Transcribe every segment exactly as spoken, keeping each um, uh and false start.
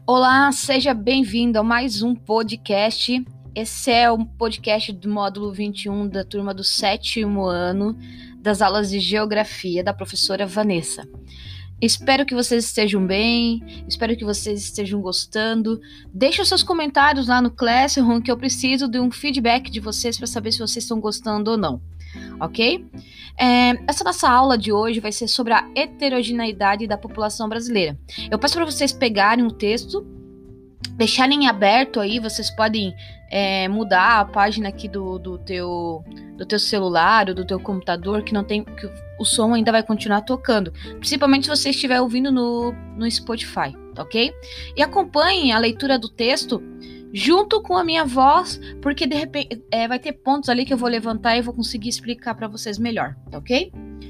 Olá, seja bem-vindo a mais um podcast. Esse é o podcast do módulo vinte e um da turma do sétimo ano das aulas de Geografia da professora Vanessa. Espero que vocês estejam bem, espero que vocês estejam gostando. Deixe os seus comentários lá no Classroom, que eu preciso de um feedback de vocês para saber se vocês estão gostando ou não, ok? É, essa nossa aula de hoje vai ser sobre a heterogeneidade da população brasileira. Eu peço para vocês pegarem o texto, deixarem aberto aí, vocês podem é, mudar a página aqui do, do, teu, do teu celular ou do teu computador, que não tem, que o som ainda vai continuar tocando, principalmente se você estiver ouvindo no, no Spotify, ok? E acompanhem a leitura do texto junto com a minha voz, porque de repente é, vai ter pontos ali que eu vou levantar e vou conseguir explicar para vocês melhor, ok?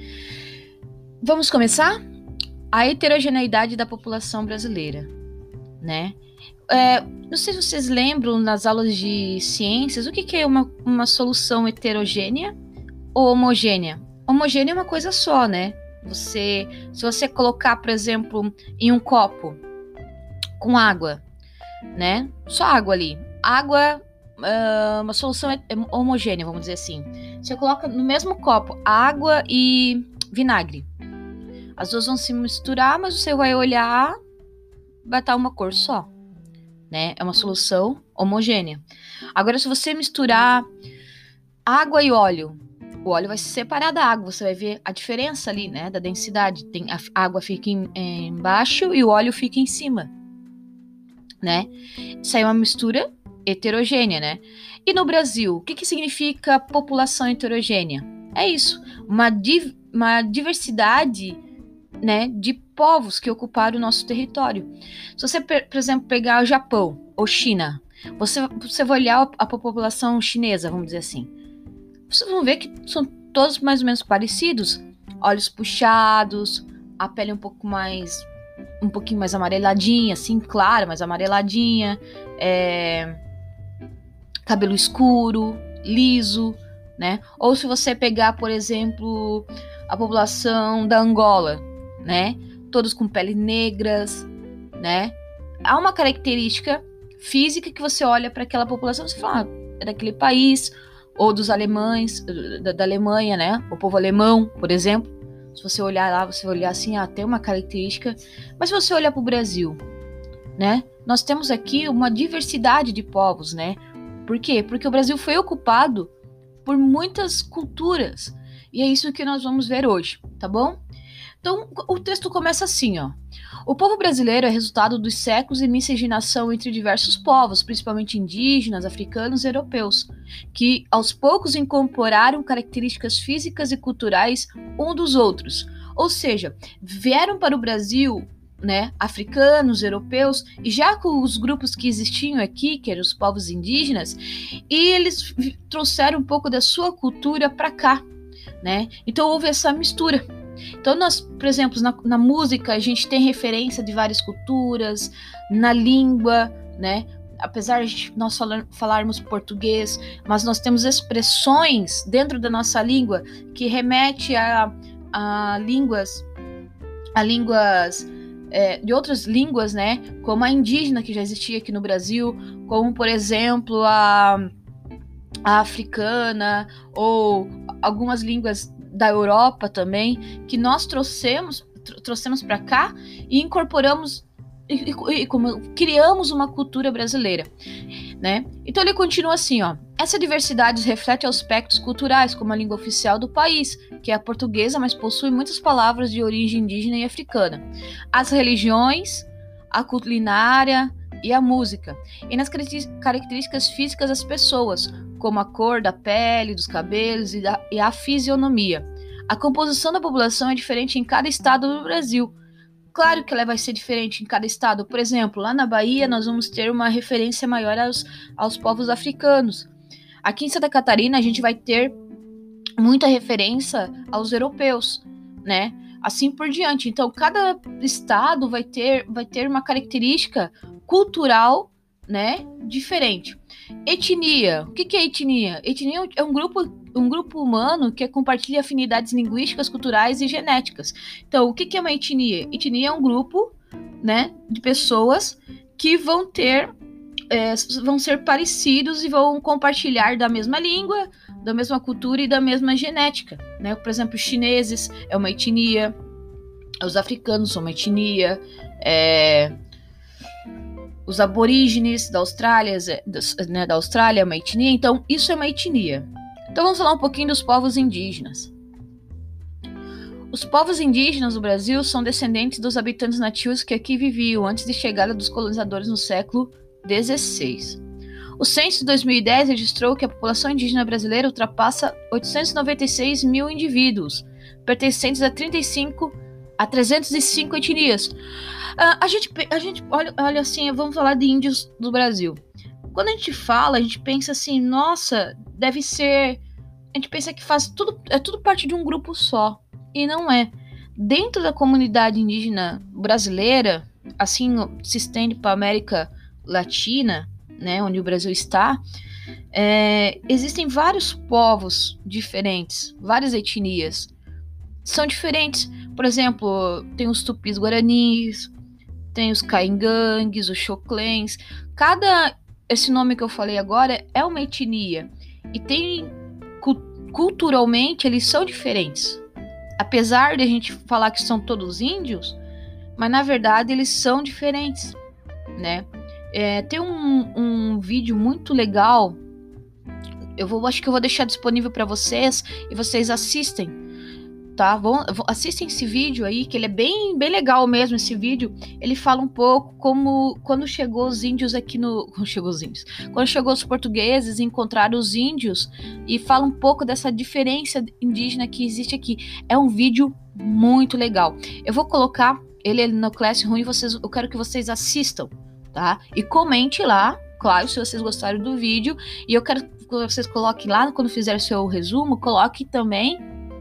Vamos começar? A heterogeneidade da população brasileira, né? É, não sei se vocês lembram nas aulas de ciências, o que, que é uma, uma solução heterogênea ou homogênea? Homogênea é uma coisa só, né? Você, se você colocar, por exemplo, em um copo com água, né? Só água ali. Água, uh, uma solução homogênea, vamos dizer assim. Você coloca no mesmo copo água e vinagre. As duas vão se misturar, mas você vai olhar, vai estar uma cor só, né? É uma solução homogênea. Agora, se você misturar água e óleo, o óleo vai se separar da água, você vai ver a diferença ali, né? Da densidade. Tem, a água fica em, embaixo e o óleo fica em cima, né? Isso aí é uma mistura heterogênea, né? E no Brasil, o que, que significa população heterogênea? É isso, uma, div- uma diversidade, né, de povos que ocuparam o nosso território. Se você, por exemplo, pegar o Japão ou China, você, você vai olhar a, a população chinesa, vamos dizer assim, vocês vão ver que são todos mais ou menos parecidos, olhos puxados, a pele um pouco mais um pouquinho mais amareladinha, assim, clara, mais amareladinha, é, cabelo escuro, liso, né? Ou se você pegar, por exemplo, a população da Angola, né? Todos com pele negras, né? Há uma característica física que você olha para aquela população e você fala, ah, é daquele país, ou dos alemães, da, da Alemanha, né? O povo alemão, por exemplo. Se você olhar lá, você vai olhar assim, ah, tem uma característica. Mas se você olhar para o Brasil, né? Nós temos aqui uma diversidade de povos, né? Por quê? Porque o Brasil foi ocupado por muitas culturas. E é isso que nós vamos ver hoje, tá bom? Então, o texto começa assim, ó. O povo brasileiro é resultado dos séculos de miscigenação entre diversos povos, principalmente indígenas, africanos e europeus, que aos poucos incorporaram características físicas e culturais um dos outros. Ou seja, vieram para o Brasil, né, africanos, europeus, e já com os grupos que existiam aqui, que eram os povos indígenas, e eles trouxeram um pouco da sua cultura para cá, né? Então houve essa mistura. Então, nós, por exemplo, na, na música, a gente tem referência de várias culturas, na língua, né? Apesar de nós falar, falarmos português, mas nós temos expressões dentro da nossa língua que remete a, a línguas, a línguas é, de outras línguas, né? Como a indígena que já existia aqui no Brasil, como, por exemplo, a, a africana, ou algumas línguas da Europa também, que nós trouxemos, tr- trouxemos para cá e incorporamos e, e, e como, criamos uma cultura brasileira, né? Então ele continua assim, ó. Essa diversidade reflete aspectos culturais, como a língua oficial do país, que é a portuguesa, mas possui muitas palavras de origem indígena e africana. As religiões, a culinária e a música. E nas características físicas das pessoas, como a cor da pele, dos cabelos e, da, e a fisionomia. A composição da população é diferente em cada estado do Brasil. Claro que ela vai ser diferente em cada estado. Por exemplo, lá na Bahia nós vamos ter uma referência maior aos, aos povos africanos. Aqui em Santa Catarina a gente vai ter muita referência aos europeus, né? Assim por diante. Então, cada estado vai ter, vai ter uma característica cultural, né, diferente. Etnia. O que, que é etnia? Etnia é um grupo, um grupo humano que compartilha afinidades linguísticas, culturais e genéticas. Então, o que, que é uma etnia? Etnia é um grupo, né, de pessoas que vão ter, é, vão ser parecidos e vão compartilhar da mesma língua, da mesma cultura e da mesma genética, né? Por exemplo, os chineses é uma etnia, os africanos são uma etnia, é, os aborígenes da Austrália, né, da Austrália é uma etnia, então isso é uma etnia. Então vamos falar um pouquinho dos povos indígenas. Os povos indígenas do Brasil são descendentes dos habitantes nativos que aqui viviam antes de chegada dos colonizadores no século dezesseis. O censo de dois mil e dez registrou que a população indígena brasileira ultrapassa oitocentos e noventa e seis mil indivíduos, pertencentes a, trinta e cinco, a trezentas e cinco etnias. Uh, a gente, a gente olha, olha assim, vamos falar de índios do Brasil. Quando a gente fala, a gente pensa assim, nossa, deve ser... A gente pensa que faz tudo, é tudo parte de um grupo só. E não é. Dentro da comunidade indígena brasileira, assim se estende para a América Latina, né, onde o Brasil está, é, existem vários povos diferentes, várias etnias. São diferentes. Por exemplo, tem os tupis guaranis, tem os caingangues, os xoclens. Cada, esse nome que eu falei agora é uma etnia. E tem, culturalmente, eles são diferentes. Apesar de a gente falar que são todos índios, mas na verdade eles são diferentes, né? É, tem um, um vídeo muito legal, eu vou, acho que eu vou deixar disponível para vocês e vocês assistem, tá? Vão, assistem esse vídeo aí, que ele é bem, bem legal mesmo, esse vídeo. Ele fala um pouco como quando chegou os índios aqui no... Quando chegou os índios? Quando chegou os portugueses e encontraram os índios, e fala um pouco dessa diferença indígena que existe aqui. É um vídeo muito legal. Eu vou colocar ele no Classroom e vocês, eu quero que vocês assistam, tá? E comente lá, claro, se vocês gostaram do vídeo. E eu quero que vocês coloquem lá, quando fizer seu resumo, coloque também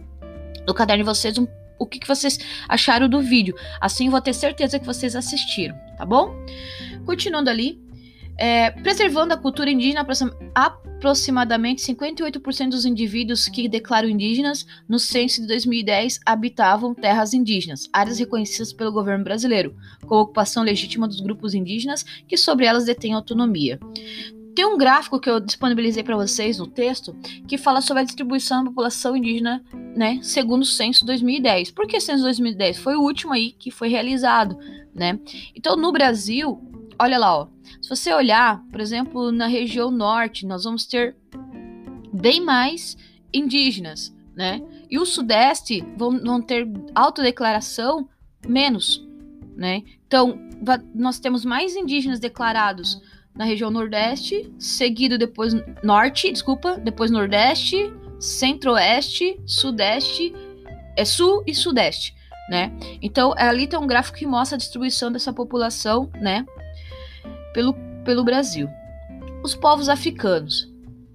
no caderno de vocês um, o que, que vocês acharam do vídeo. Assim eu vou ter certeza que vocês assistiram, tá bom? Continuando ali, é, preservando a cultura indígena, aproximadamente cinquenta e oito por cento dos indivíduos que declaram indígenas no censo de dois mil e dez habitavam terras indígenas, áreas reconhecidas pelo governo brasileiro, com ocupação legítima dos grupos indígenas que sobre elas detêm autonomia. Tem um gráfico que eu disponibilizei para vocês no texto que fala sobre a distribuição da população indígena, né, segundo o censo dois mil e dez. Por que censo dois mil e dez? Foi o último aí que foi realizado, né? Então, no Brasil, olha lá, ó. Se você olhar, por exemplo, na região norte, nós vamos ter bem mais indígenas, né? E o sudeste vão, vão ter autodeclaração menos, né? Então, nós temos mais indígenas declarados na região nordeste, seguido depois norte, desculpa, depois nordeste, centro-oeste, sudeste, é sul e sudeste, né? Então, ali tem um gráfico que mostra a distribuição dessa população, né, pelo, pelo Brasil. Os povos africanos,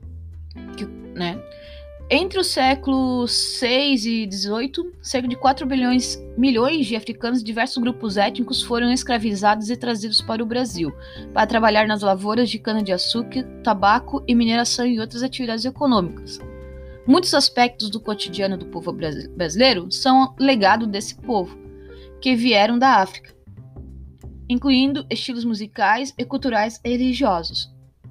que, né, entre os séculos seis e dezoito, cerca de quatro bilhões, milhões de africanos de diversos grupos étnicos foram escravizados e trazidos para o Brasil, para trabalhar nas lavouras de cana-de-açúcar, tabaco e mineração e outras atividades econômicas. Muitos aspectos do cotidiano do povo brasileiro são legado desse povo, que vieram da África, incluindo estilos musicais e culturais e religiosos.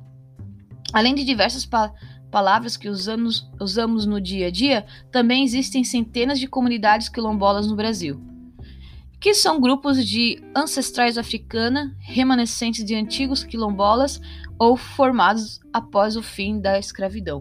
Além de diversas palavras, palavras que usamos, usamos no dia a dia, também existem centenas de comunidades quilombolas no Brasil, que são grupos de ancestrais africanos, remanescentes de antigos quilombolas ou formados após o fim da escravidão.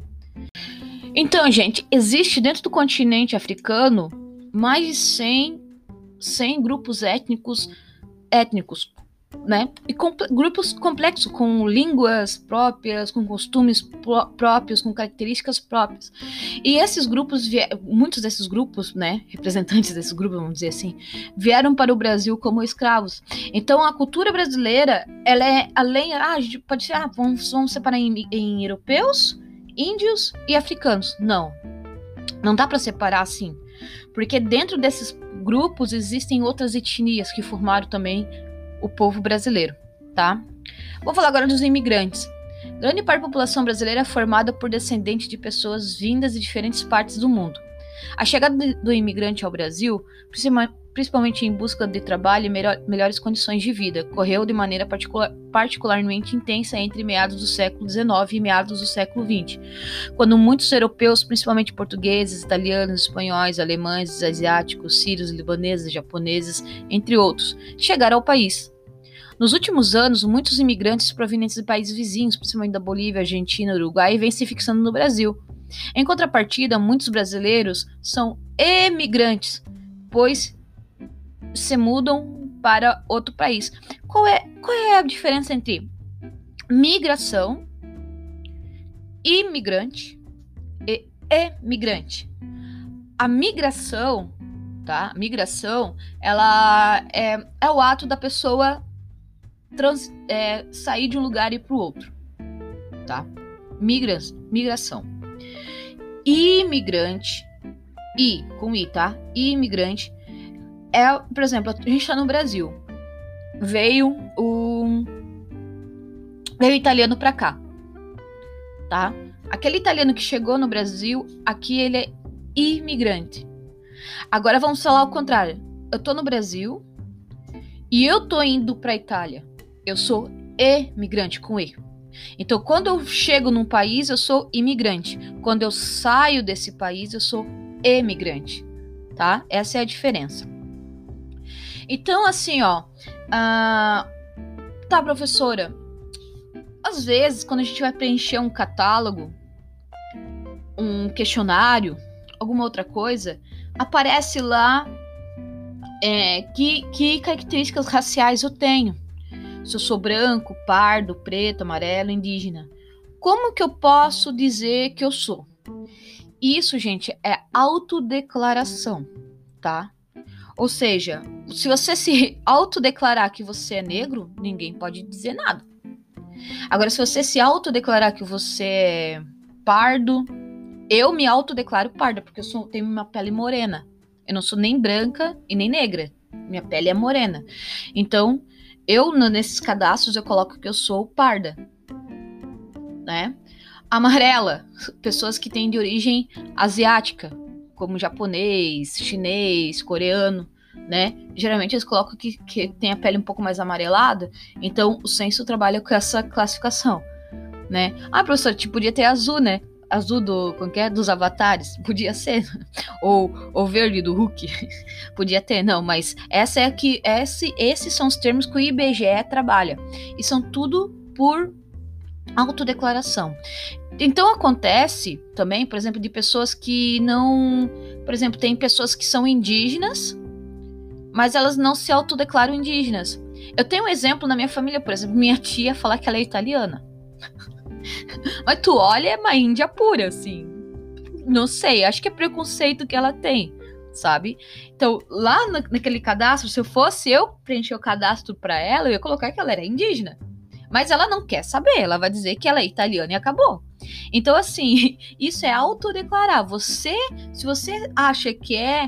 Então, gente, existe dentro do continente africano mais de cem, cem grupos étnicos, étnicos, né? E com, grupos complexos, com línguas próprias, com costumes pró- próprios, com características próprias. E esses grupos, muitos desses grupos, né, representantes desses grupos, vamos dizer assim, vieram para o Brasil como escravos. Então a cultura brasileira, ela é além, ah, a gente pode ser, ah, vamos, vamos separar em, em europeus, índios e africanos. Não, não dá para separar assim, porque dentro desses grupos existem outras etnias que formaram também o povo brasileiro, tá? Vou falar agora dos imigrantes. Grande parte da população brasileira é formada por descendentes de pessoas vindas de diferentes partes do mundo. A chegada do imigrante ao Brasil principalmente em busca de trabalho e melhor, melhores condições de vida, correu de maneira particular, particularmente intensa entre meados do século dezenove e meados do século vinte, quando muitos europeus, principalmente portugueses, italianos, espanhóis, alemães, asiáticos, sírios, libaneses, japoneses, entre outros, chegaram ao país. Nos últimos anos, muitos imigrantes provenientes de países vizinhos, principalmente da Bolívia, Argentina e Uruguai, vêm se fixando no Brasil. Em contrapartida, muitos brasileiros são emigrantes, pois se mudam para outro país. Qual é, qual é a diferença entre migração, imigrante e emigrante? A migração, tá? A migração, ela é, é o ato da pessoa trans, é, sair de um lugar e ir para o outro, tá? Migra, migração. Imigrante, I, com I, tá? Imigrante é, por exemplo, a gente tá no Brasil. Veio o veio o italiano pra cá, tá? Aquele italiano que chegou no Brasil, aqui ele é imigrante. Agora vamos falar o contrário. Eu tô no Brasil e eu tô indo pra Itália. Eu sou emigrante, com E. Então, quando eu chego num país, eu sou imigrante. Quando eu saio desse país, eu sou emigrante, tá? Essa é a diferença. Então, assim, ó... Uh, tá, professora, às vezes, quando a gente vai preencher um catálogo, um questionário, alguma outra coisa, aparece lá é, que, que características raciais eu tenho. Se eu sou branco, pardo, preto, amarelo, indígena. Como que eu posso dizer que eu sou? Isso, gente, é autodeclaração, tá? Ou seja, se você se autodeclarar que você é negro, ninguém pode dizer nada. Agora, se você se autodeclarar que você é pardo, eu me autodeclaro parda, porque eu sou, tenho uma pele morena. Eu não sou nem branca e nem negra. Minha pele é morena. Então, eu, nesses cadastros, eu coloco que eu sou parda, né? Amarela, pessoas que têm de origem asiática, como japonês, chinês, coreano, né? Geralmente eles colocam que, que tem a pele um pouco mais amarelada, então o censo trabalha com essa classificação, né? Ah, professor, tipo, podia ter azul, né? Azul do, como que é? Dos avatares, podia ser, ou, ou verde do Hulk, podia ter, não, mas essa é que, esse, esses são os termos que o I B G E trabalha, e são tudo por autodeclaração. Então acontece também, por exemplo, de pessoas que não, por exemplo, tem pessoas que são indígenas, mas elas não se autodeclaram indígenas. Eu tenho um exemplo na minha família, por exemplo, minha tia fala que ela é italiana. Mas tu olha, é uma índia pura, assim. Não sei, acho que é preconceito que ela tem, sabe? Então, lá na, naquele cadastro, se eu fosse eu preencher o cadastro pra ela, eu ia colocar que ela era indígena. Mas ela não quer saber, ela vai dizer que ela é italiana e acabou. Então, assim, isso é autodeclarar. Você, se você acha que é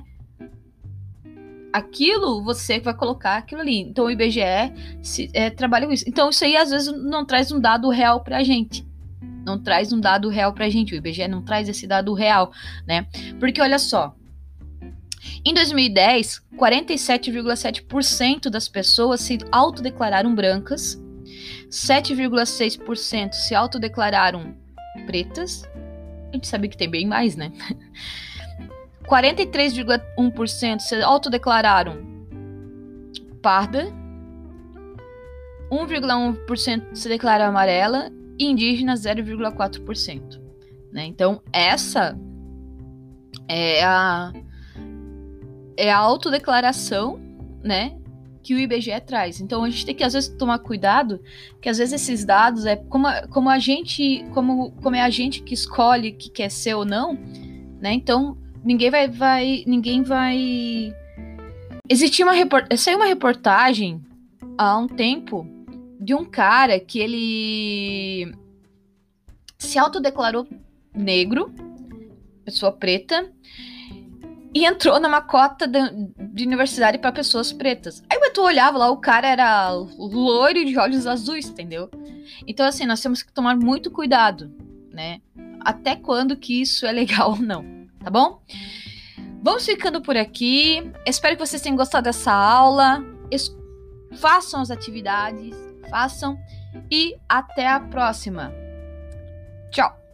aquilo, você vai colocar aquilo ali. Então, o I B G E se, é, trabalha com isso. Então, isso aí, às vezes, não traz um dado real pra gente. Não traz um dado real pra gente. O I B G E não traz esse dado real, né? Porque, olha só, em dois mil e dez, quarenta e sete vírgula sete por cento das pessoas se autodeclararam brancas, sete vírgula seis por cento se autodeclararam pretas. A gente sabe que tem bem mais, né? quarenta e três vírgula um por cento se autodeclararam parda, um vírgula um por cento se declara amarela e indígena zero vírgula quatro por cento. Né? Então, essa é a, é a autodeclaração, né, que o I B G E traz. Então, a gente tem que, às vezes, tomar cuidado, que às vezes esses dados, é como a, como a gente, como, como é a gente que escolhe que quer ser ou não, né? Então, ninguém vai, vai, ninguém vai... Existia uma report... Saiu uma reportagem há um tempo de um cara que ele se autodeclarou negro, pessoa preta, e entrou numa cota de, de universidade para pessoas pretas. Aí tu olhava lá, o cara era loiro de olhos azuis, entendeu? Então, assim, nós temos que tomar muito cuidado, né? Até quando que isso é legal ou não, tá bom? Vamos ficando por aqui. Espero que vocês tenham gostado dessa aula. Es- façam as atividades, façam e até a próxima. Tchau!